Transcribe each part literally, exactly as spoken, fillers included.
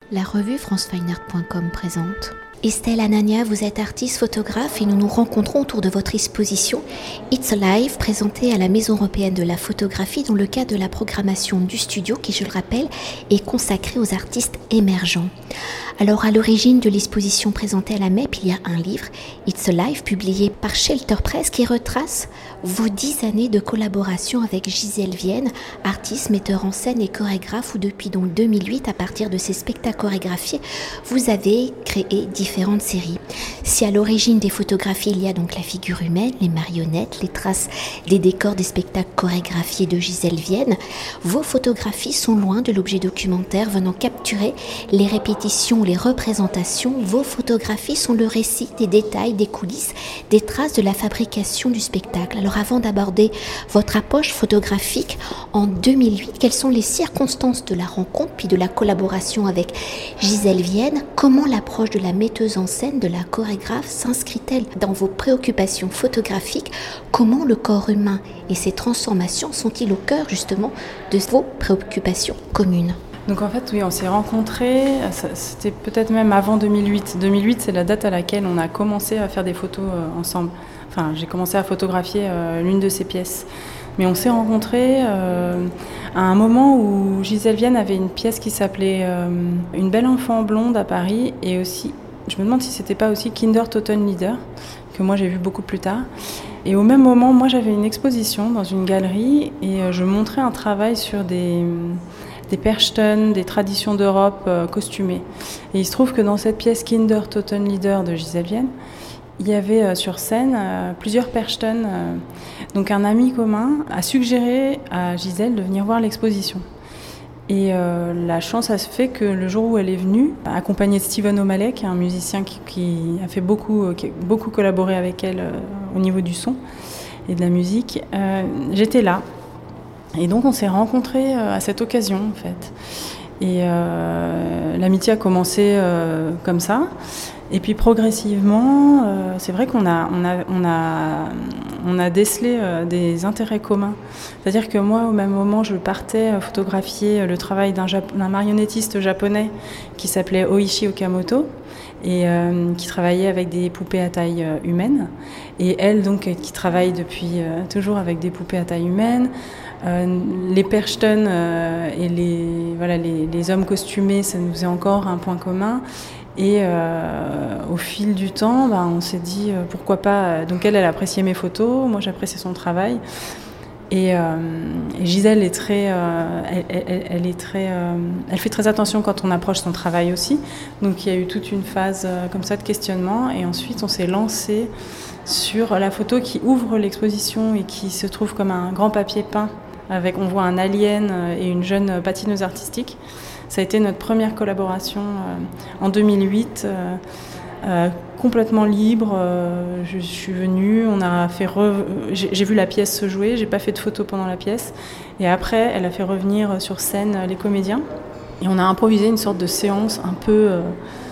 La revue france fine art point com présente. Estelle Anania, vous êtes artiste photographe et nous nous rencontrons autour de votre exposition It's Alive, présentée à la Maison européenne de la photographie dans le cadre de la programmation du studio qui, je le rappelle, est consacrée aux artistes émergents. Alors, à l'origine de l'exposition présentée à la M E P, il y a un livre, It's Alive, publié par Shelter Press, qui retrace vos dix années de collaboration avec Gisèle Vienne, artiste, metteur en scène et chorégraphe, où depuis donc deux mille huit, à partir de ces spectacles chorégraphiés, vous avez créé différentes séries. Si à l'origine des photographies, il y a donc la figure humaine, les marionnettes, les traces des décors des spectacles chorégraphiés de Gisèle Vienne, vos photographies sont loin de l'objet documentaire venant capturer les répétitions, les représentations. Vos photographies sont le récit des détails, des coulisses, des traces de la fabrication du spectacle. Alors avant d'aborder votre approche photographique en deux mille huit, quelles sont les circonstances de la rencontre puis de la collaboration avec Gisèle Vienne? Comment l'approche de la metteuse en scène, de la chorégraphe s'inscrit-elle dans vos préoccupations photographiques? Comment le corps humain et ses transformations sont-ils au cœur justement de vos préoccupations communes? Donc en fait, oui, on s'est rencontrés, c'était peut-être même avant deux mille huit. deux mille huit, c'est la date à laquelle on a commencé à faire des photos ensemble. Enfin, j'ai commencé à photographier l'une de ses pièces. Mais on s'est rencontrés euh, à un moment où Gisèle Vienne avait une pièce qui s'appelait euh, Une belle enfant blonde à Paris, et aussi, je me demande si c'était pas aussi Kinder Toten Leader, que moi j'ai vu beaucoup plus tard. Et au même moment, moi j'avais une exposition dans une galerie et euh, je montrais un travail sur des, des Perchten, des traditions d'Europe euh, costumées. Et il se trouve que dans cette pièce Kinder Toten Leader de Gisèle Vienne, il y avait euh, sur scène euh, plusieurs Perchten. Euh, donc un ami commun a suggéré à Gisèle de venir voir l'exposition. Et euh, la chance a fait que le jour où elle est venue, accompagnée de Steven O'Malley, qui est un musicien qui, qui a fait beaucoup, qui a beaucoup collaboré avec elle euh, au niveau du son et de la musique, euh, j'étais là. Et donc on s'est rencontrés euh, à cette occasion en fait. Et euh, l'amitié a commencé euh, comme ça. Et puis progressivement, euh, c'est vrai qu'on a, on a, on a, on a décelé euh, des intérêts communs. C'est-à-dire que moi, au même moment, je partais photographier le travail d'un, Jap- d'un marionnettiste japonais qui s'appelait Oishi Okamoto et euh, qui travaillait avec des poupées à taille euh, humaine. Et elle, donc, qui travaille depuis euh, toujours avec des poupées à taille humaine. Euh, les Perchten euh, et les, voilà, les, les hommes costumés, ça nous faisait encore un point commun. Et euh, au fil du temps, bah, on s'est dit euh, pourquoi pas. Donc elle, elle appréciait mes photos, moi j'appréciais son travail. Et, euh, et Gisèle est très, euh, elle, elle, elle est très, euh, elle fait très attention quand on approche son travail aussi. Donc il y a eu toute une phase euh, comme ça de questionnement. Et ensuite, on s'est lancé sur la photo qui ouvre l'exposition et qui se trouve comme un grand papier peint. Avec, on voit un alien et une jeune patineuse artistique. Ça a été notre première collaboration euh, en deux mille huit, euh, euh, complètement libre. Euh, je, je suis venue, on a fait re... j'ai, j'ai vu la pièce se jouer, j'ai pas fait de photos pendant la pièce. Et après, elle a fait revenir sur scène les comédiens. Et on a improvisé une sorte de séance un peu euh,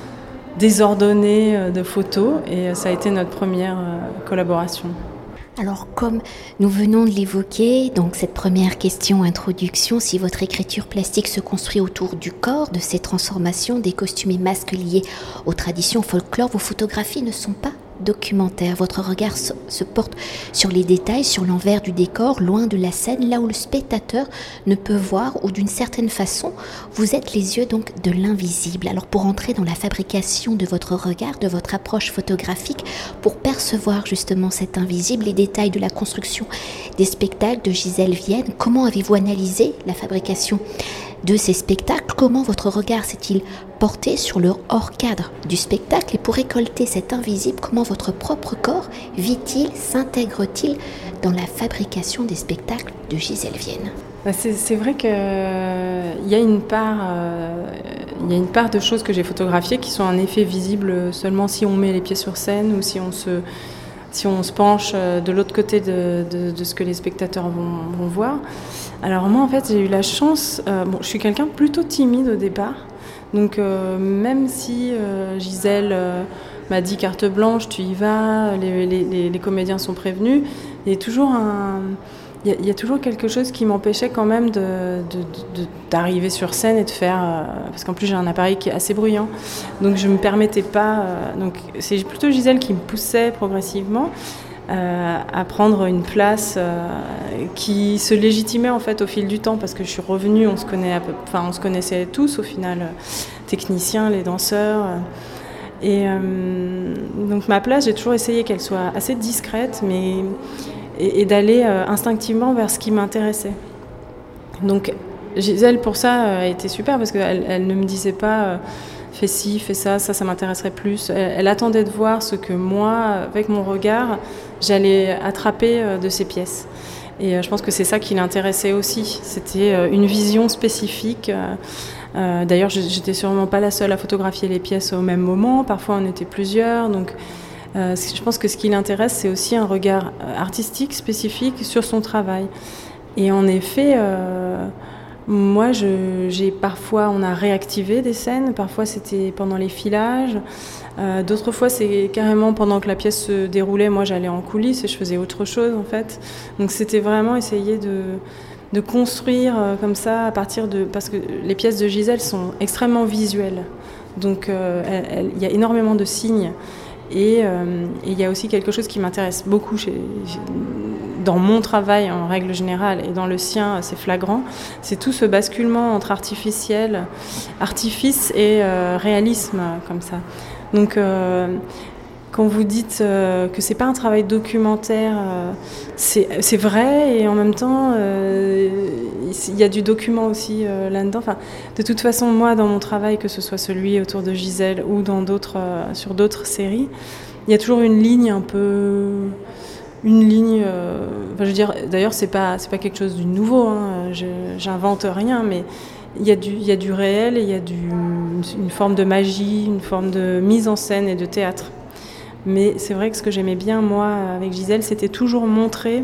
désordonnée de photos. Et ça a été notre première euh, collaboration. Alors, comme nous venons de l'évoquer, donc cette première question, introduction, si votre écriture plastique se construit autour du corps, de ces transformations, des costumes et masques liés aux traditions folklore, vos photographies ne sont pas documentaires. Votre regard se porte sur les détails, sur l'envers du décor, loin de la scène, là où le spectateur ne peut voir, ou d'une certaine façon, vous êtes les yeux donc de l'invisible. Alors pour entrer dans la fabrication de votre regard, de votre approche photographique, pour percevoir justement cet invisible, les détails de la construction des spectacles de Gisèle Vienne, comment avez-vous analysé la fabrication de ces spectacles? Comment votre regard s'est-il porté sur le hors-cadre du spectacle? Et pour récolter cet invisible, comment votre propre corps vit-il, s'intègre-t-il dans la fabrication des spectacles de Gisèle Vienne? C'est, c'est vrai qu'il euh, y a une part, euh, il y a une part de choses que j'ai photographiées qui sont en effet visibles seulement si on met les pieds sur scène ou si on se, si on se penche de l'autre côté de, de, de ce que les spectateurs vont, vont voir. Alors moi, en fait, j'ai eu la chance... Euh, bon, je suis quelqu'un de plutôt timide au départ. Donc euh, même si euh, Gisèle euh, m'a dit carte blanche, tu y vas, les, les, les comédiens sont prévenus, il y a toujours un, il y, y a toujours quelque chose qui m'empêchait quand même de, de, de, d'arriver sur scène et de faire... Euh, parce qu'en plus, j'ai un appareil qui est assez bruyant. Donc, je ne me permettais pas... Euh, donc, c'est plutôt Gisèle qui me poussait progressivement euh, à prendre une place euh, qui se légitimait en fait au fil du temps. Parce que je suis revenue, on se, connaît à peu, enfin, on se connaissait tous au final, euh, techniciens, les danseurs... Euh, Et euh, donc ma place, j'ai toujours essayé qu'elle soit assez discrète, mais et, et d'aller euh, instinctivement vers ce qui m'intéressait. Donc Gisèle, pour ça, euh, a été super parce qu'elle elle ne me disait pas euh, fais ci, fais ça, ça, ça m'intéresserait plus. Elle, elle attendait de voir ce que moi, avec mon regard, j'allais attraper euh, de ces pièces. Et euh, je pense que c'est ça qui l'intéressait aussi. C'était euh, une vision spécifique. Euh, Euh, d'ailleurs, j'étais sûrement pas la seule à photographier les pièces au même moment. Parfois, on était plusieurs. Donc, euh, je pense que ce qui l'intéresse, c'est aussi un regard artistique spécifique sur son travail. Et en effet, euh, moi, je, j'ai parfois, on a réactivé des scènes. Parfois, c'était pendant les filages. Euh, d'autres fois, c'est carrément pendant que la pièce se déroulait. Moi, j'allais en coulisses et je faisais autre chose, en fait. Donc, c'était vraiment essayer de... de construire euh, comme ça à partir de... Parce que les pièces de Gisèle sont extrêmement visuelles. Donc euh, il y a énormément de signes. Et il euh, y a aussi quelque chose qui m'intéresse beaucoup chez, dans mon travail en règle générale et dans le sien, c'est flagrant. C'est tout ce basculement entre artificiel, artifice et euh, réalisme comme ça. Donc... Euh, Quand vous dites euh, que c'est pas un travail documentaire, euh, c'est, c'est vrai et en même temps euh, il y a du document aussi euh, là-dedans. Enfin, de toute façon, moi, dans mon travail, que ce soit celui autour de Gisèle ou dans d'autres, euh, sur d'autres séries, il y a toujours une ligne un peu, une ligne. Euh, enfin, je veux dire, d'ailleurs, c'est pas c'est pas quelque chose de nouveau. Hein, je, j'invente rien, mais il y a du il y a du réel et il y a du, une forme de magie, une forme de mise en scène et de théâtre. Mais c'est vrai que ce que j'aimais bien, moi, avec Gisèle, c'était toujours montrer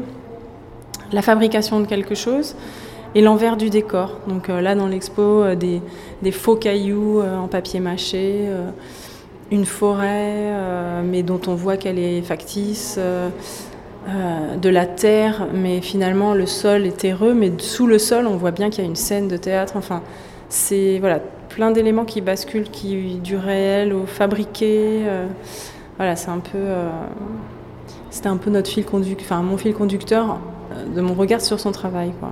la fabrication de quelque chose et l'envers du décor. Donc euh, là, dans l'expo, euh, des, des faux cailloux euh, en papier mâché, euh, une forêt, euh, mais dont on voit qu'elle est factice, euh, euh, de la terre, mais finalement, le sol est terreux, mais sous le sol, on voit bien qu'il y a une scène de théâtre. Enfin, c'est voilà, plein d'éléments qui basculent qui, du réel au fabriqué. Euh, Voilà, c'est un peu, euh, c'était un peu notre fil conducteur, enfin mon fil conducteur de mon regard sur son travail, quoi.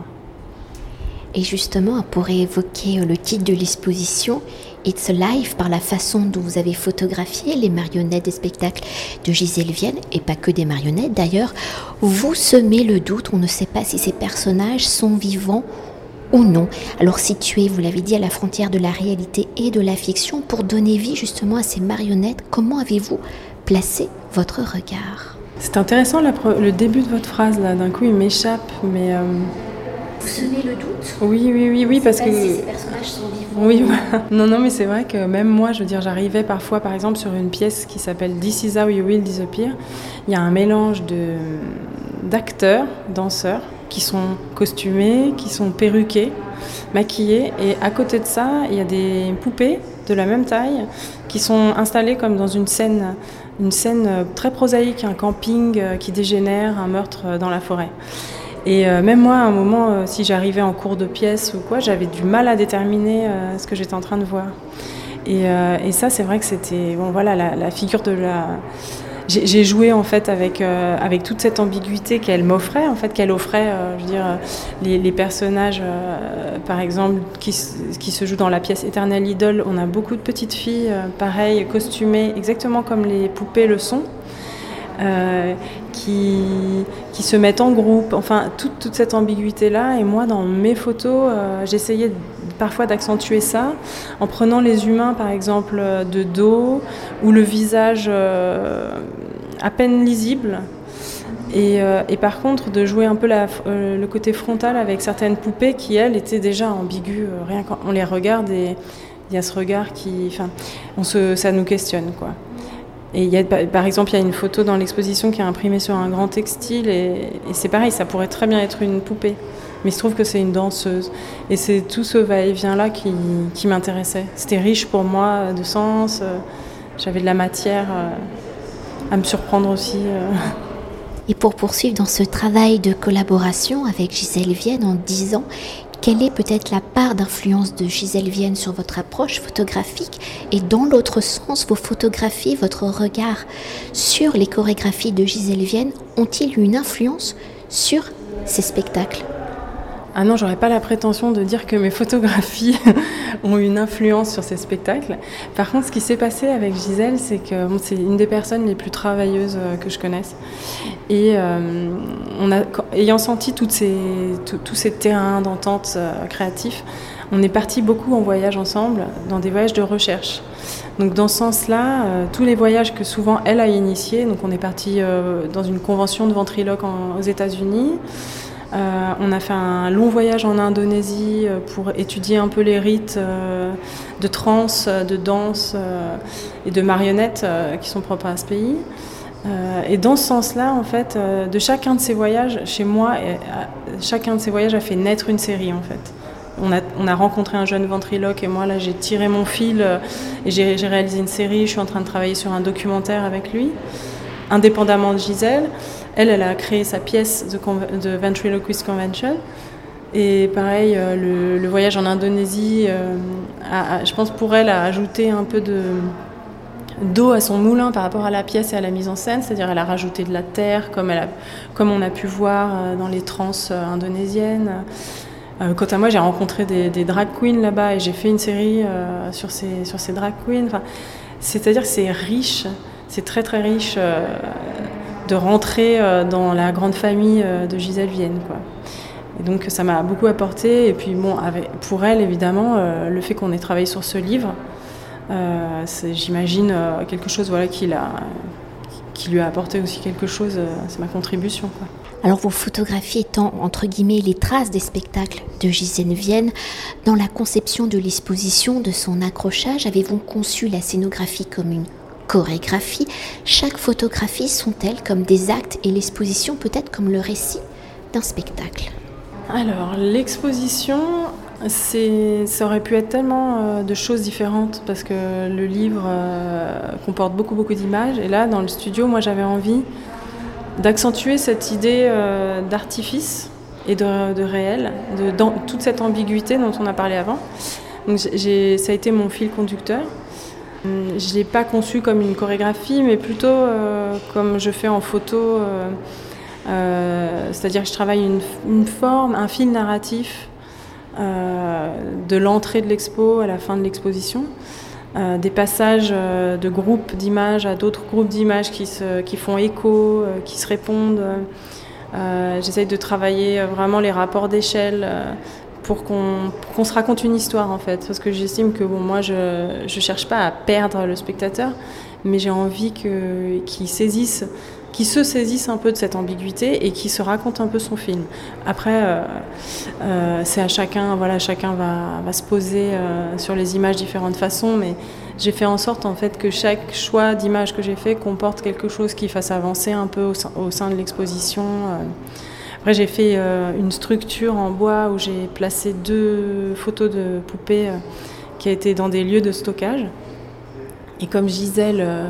Et justement, on pourrait évoquer le titre de l'exposition, It's Alive, par la façon dont vous avez photographié les marionnettes des spectacles de Gisèle Vienne, et pas que des marionnettes d'ailleurs. Vous semez le doute, on ne sait pas si ces personnages sont vivants ou non. Alors situés, vous l'avez dit, à la frontière de la réalité et de la fiction, pour donner vie justement à ces marionnettes, comment avez-vous placé votre regard? C'est intéressant la, le début de votre phrase là, d'un coup il m'échappe, mais... Euh... Vous semez le doute? Oui, oui, oui, oui, parce pas que... si ces personnages sont vivants. Oui, voilà. Non, non, mais c'est vrai que même moi, je veux dire, j'arrivais parfois, par exemple, sur une pièce qui s'appelle This is how you will disappear. Il y a un mélange de, d'acteurs, danseurs, qui sont costumés, qui sont perruqués, maquillés. Et à côté de ça, il y a des poupées de la même taille qui sont installées comme dans une scène, une scène très prosaïque, un camping qui dégénère, un meurtre dans la forêt. Et euh, même moi, à un moment, euh, si j'arrivais en cours de pièce ou quoi, j'avais du mal à déterminer euh, ce que j'étais en train de voir. Et, euh, et ça, c'est vrai que c'était... Bon, voilà, la, la figure de la... J'ai, j'ai joué, en fait, avec, euh, avec toute cette ambiguïté qu'elle m'offrait, en fait, qu'elle offrait, euh, je veux dire, les, les personnages, euh, par exemple, qui, qui se jouent dans la pièce Eternal Idol. On a beaucoup de petites filles, euh, pareil, costumées, exactement comme les poupées le sont. Euh, qui, qui se mettent en groupe, enfin toute, toute cette ambiguïté-là. Et moi, dans mes photos, euh, j'essayais parfois d'accentuer ça en prenant les humains, par exemple, de dos ou le visage euh, à peine lisible. Et, euh, et par contre, de jouer un peu la, euh, le côté frontal avec certaines poupées qui, elles, étaient déjà ambiguës. Euh, rien qu'on les regarde et il y a ce regard qui... Enfin, on se, ça nous questionne, quoi. Et il y a, par exemple, il y a une photo dans l'exposition qui est imprimée sur un grand textile et, et c'est pareil, ça pourrait très bien être une poupée. Mais il se trouve que c'est une danseuse. Et c'est tout ce va-et-vient-là qui, qui m'intéressait. C'était riche pour moi de sens. J'avais de la matière à me surprendre aussi. Et pour poursuivre dans ce travail de collaboration avec Gisèle Vienne en dix ans, quelle est peut-être la part d'influence de Gisèle Vienne sur votre approche photographique et dans l'autre sens, vos photographies, votre regard sur les chorégraphies de Gisèle Vienne ont-ils eu une influence sur ces spectacles ? Ah non, j'aurais pas la prétention de dire que mes photographies ont une influence sur ces spectacles. Par contre, ce qui s'est passé avec Gisèle, c'est que bon, c'est une des personnes les plus travailleuses euh, que je connaisse. Et euh, on a, ayant senti toutes ces, tout, tous ces terrains d'entente euh, créatifs, on est partis beaucoup en voyage ensemble, dans des voyages de recherche. Donc dans ce sens-là, euh, tous les voyages que souvent elle a initiés, donc on est partis euh, dans une convention de ventriloque en, aux États-Unis. Euh, on a fait un long voyage en Indonésie pour étudier un peu les rites euh, de trance, de danse euh, et de marionnettes euh, qui sont propres à ce pays. Euh, et dans ce sens-là, en fait, euh, de chacun de ces voyages, chez moi, et, euh, chacun de ces voyages a fait naître une série, en fait. On a, on a rencontré un jeune ventriloque et moi, là, j'ai tiré mon fil euh, et j'ai, j'ai réalisé une série. Je suis en train de travailler sur un documentaire avec lui, indépendamment de Gisèle. Elle, elle a créé sa pièce de, Conve- de Ventriloquist Convention. Et pareil, euh, le, le voyage en Indonésie, euh, a, a, je pense pour elle, a ajouté un peu de, d'eau à son moulin par rapport à la pièce et à la mise en scène. C'est-à-dire elle a rajouté de la terre, comme, elle a, comme on a pu voir euh, dans les transes euh, indonésiennes. Euh, quant à moi, j'ai rencontré des, des drag queens là-bas et j'ai fait une série euh, sur, ces, sur ces drag queens. Enfin, c'est-à-dire que c'est riche, c'est très très riche. Euh, de rentrer dans la grande famille de Gisèle Vienne, quoi. Et donc ça m'a beaucoup apporté. Et puis bon, avec, pour elle évidemment, euh, le fait qu'on ait travaillé sur ce livre, euh, c'est, j'imagine euh, quelque chose voilà, qui, l'a, qui lui a apporté aussi quelque chose. Euh, c'est ma contribution, quoi. Alors vos photographies étant entre guillemets les traces des spectacles de Gisèle Vienne, dans la conception de l'exposition, de son accrochage, avez-vous conçu la scénographie comme une chorégraphie? Chaque photographie sont-elles comme des actes et l'exposition peut-être comme le récit d'un spectacle? Alors, l'exposition, c'est, ça aurait pu être tellement euh, de choses différentes parce que le livre euh, comporte beaucoup, beaucoup d'images. Et là, dans le studio, moi, j'avais envie d'accentuer cette idée euh, d'artifice et de, de réel, de, dans toute cette ambiguïté dont on a parlé avant. Donc, j'ai, ça a été mon fil conducteur. Je ne l'ai pas conçu comme une chorégraphie, mais plutôt euh, comme je fais en photo, euh, euh, c'est-à-dire que je travaille une, une forme, un fil narratif euh, de l'entrée de l'expo à la fin de l'exposition, euh, des passages euh, de groupes d'images à d'autres groupes d'images qui, se, qui font écho, euh, qui se répondent. Euh, j'essaye de travailler vraiment les rapports d'échelle, euh, pour qu'on, pour qu'on se raconte une histoire en fait, parce que j'estime que bon, moi je je cherche pas à perdre le spectateur, mais j'ai envie que, qu'il saisisse, qu'il se saisisse un peu de cette ambiguïté et qu'il se raconte un peu son film. Après, euh, euh, c'est à chacun, voilà, chacun va, va se poser euh, sur les images de différentes façons, mais j'ai fait en sorte en fait que chaque choix d'image que j'ai fait comporte quelque chose qui fasse avancer un peu au sein, au sein de l'exposition. Euh. Après, j'ai fait euh, une structure en bois où j'ai placé deux photos de poupées euh, qui a été dans des lieux de stockage. Et comme Gisèle euh,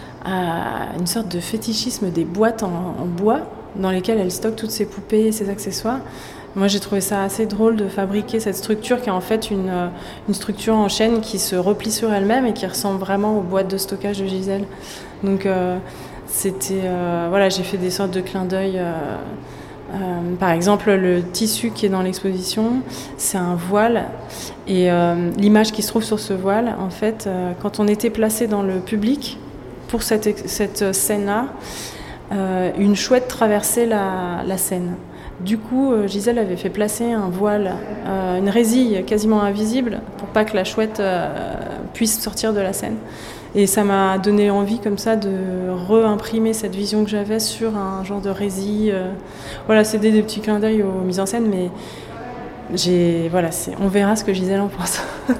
a une sorte de fétichisme des boîtes en, en bois dans lesquelles elle stocke toutes ses poupées et ses accessoires, moi j'ai trouvé ça assez drôle de fabriquer cette structure qui est en fait une, euh, une structure en chaîne qui se replie sur elle-même et qui ressemble vraiment aux boîtes de stockage de Gisèle. Donc euh, c'était, euh, voilà, j'ai fait des sortes de clins d'œil. Euh, Euh, par exemple, le tissu qui est dans l'exposition, c'est un voile. Et euh, l'image qui se trouve sur ce voile, en fait, euh, quand on était placé dans le public pour cette, cette scène-là, euh, une chouette traversait la, la scène. Du coup, euh, Gisèle avait fait placer un voile, euh, une résille quasiment invisible pour pas que la chouette euh, puisse sortir de la scène. Et ça m'a donné envie comme ça de réimprimer cette vision que j'avais sur un genre de résille. Voilà, c'est des, des petits clins d'œil aux mises en scène, mais j'ai, voilà, c'est, on verra ce que Gisèle en pense.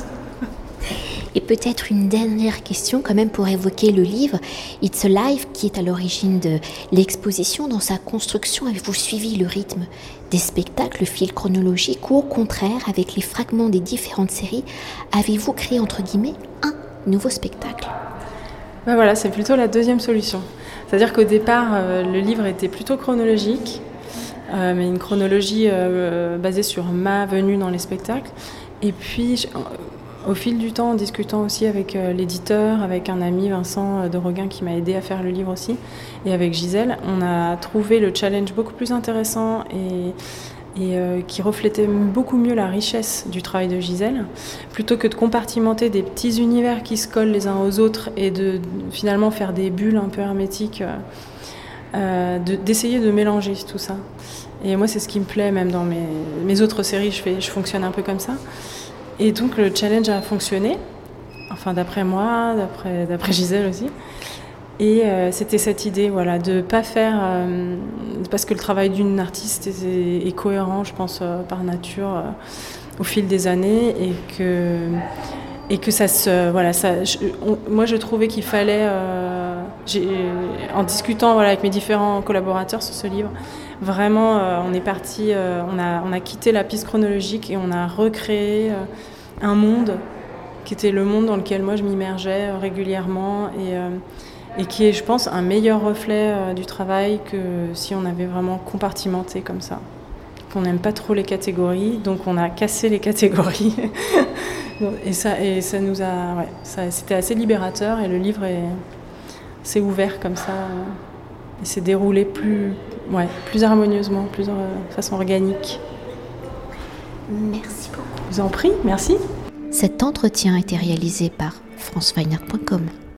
Et peut-être une dernière question quand même pour évoquer le livre It's Alive qui est à l'origine de l'exposition. Dans sa construction, avez-vous suivi le rythme des spectacles, le fil chronologique, ou au contraire, avec les fragments des différentes séries, avez-vous créé entre guillemets un nouveau spectacle? Ben voilà, c'est plutôt la deuxième solution. C'est-à-dire qu'au départ, euh, le livre était plutôt chronologique, euh, mais une chronologie euh, basée sur ma venue dans les spectacles. Et puis, je, au fil du temps, en discutant aussi avec euh, l'éditeur, avec un ami, Vincent de Roguin, qui m'a aidé à faire le livre aussi, et avec Gisèle, on a trouvé le challenge beaucoup plus intéressant et, et euh, qui reflétait beaucoup mieux la richesse du travail de Gisèle, plutôt que de compartimenter des petits univers qui se collent les uns aux autres et de, de finalement faire des bulles un peu hermétiques, euh, euh, de, d'essayer de mélanger tout ça. Et moi, c'est ce qui me plaît, même dans mes, mes autres séries, je, fais, je fonctionne un peu comme ça. Et donc le challenge a fonctionné, enfin d'après moi, d'après, d'après Gisèle aussi. Et euh, c'était cette idée, voilà, de ne pas faire... Euh, parce que le travail d'une artiste est, est cohérent, je pense, euh, par nature, euh, au fil des années, et que, et que ça se... Voilà, ça, je, on, moi, je trouvais qu'il fallait... Euh, j'ai, en discutant voilà, avec mes différents collaborateurs sur ce livre, vraiment, euh, on est parti, euh, on, a, on a quitté la piste chronologique et on a recréé euh, un monde qui était le monde dans lequel moi je m'immergeais euh, régulièrement et, euh, et qui est, je pense, un meilleur reflet euh, du travail que si on avait vraiment compartimenté comme ça. On n'aime pas trop les catégories, donc on a cassé les catégories. et, ça, et ça nous a... Ouais, ça, c'était assez libérateur et le livre est, s'est ouvert comme ça. Euh, et s'est déroulé plus, ouais, plus harmonieusement, plus de euh, façon organique. Merci beaucoup. Je vous en prie, merci. Cet entretien a été réalisé par franceweiner point com.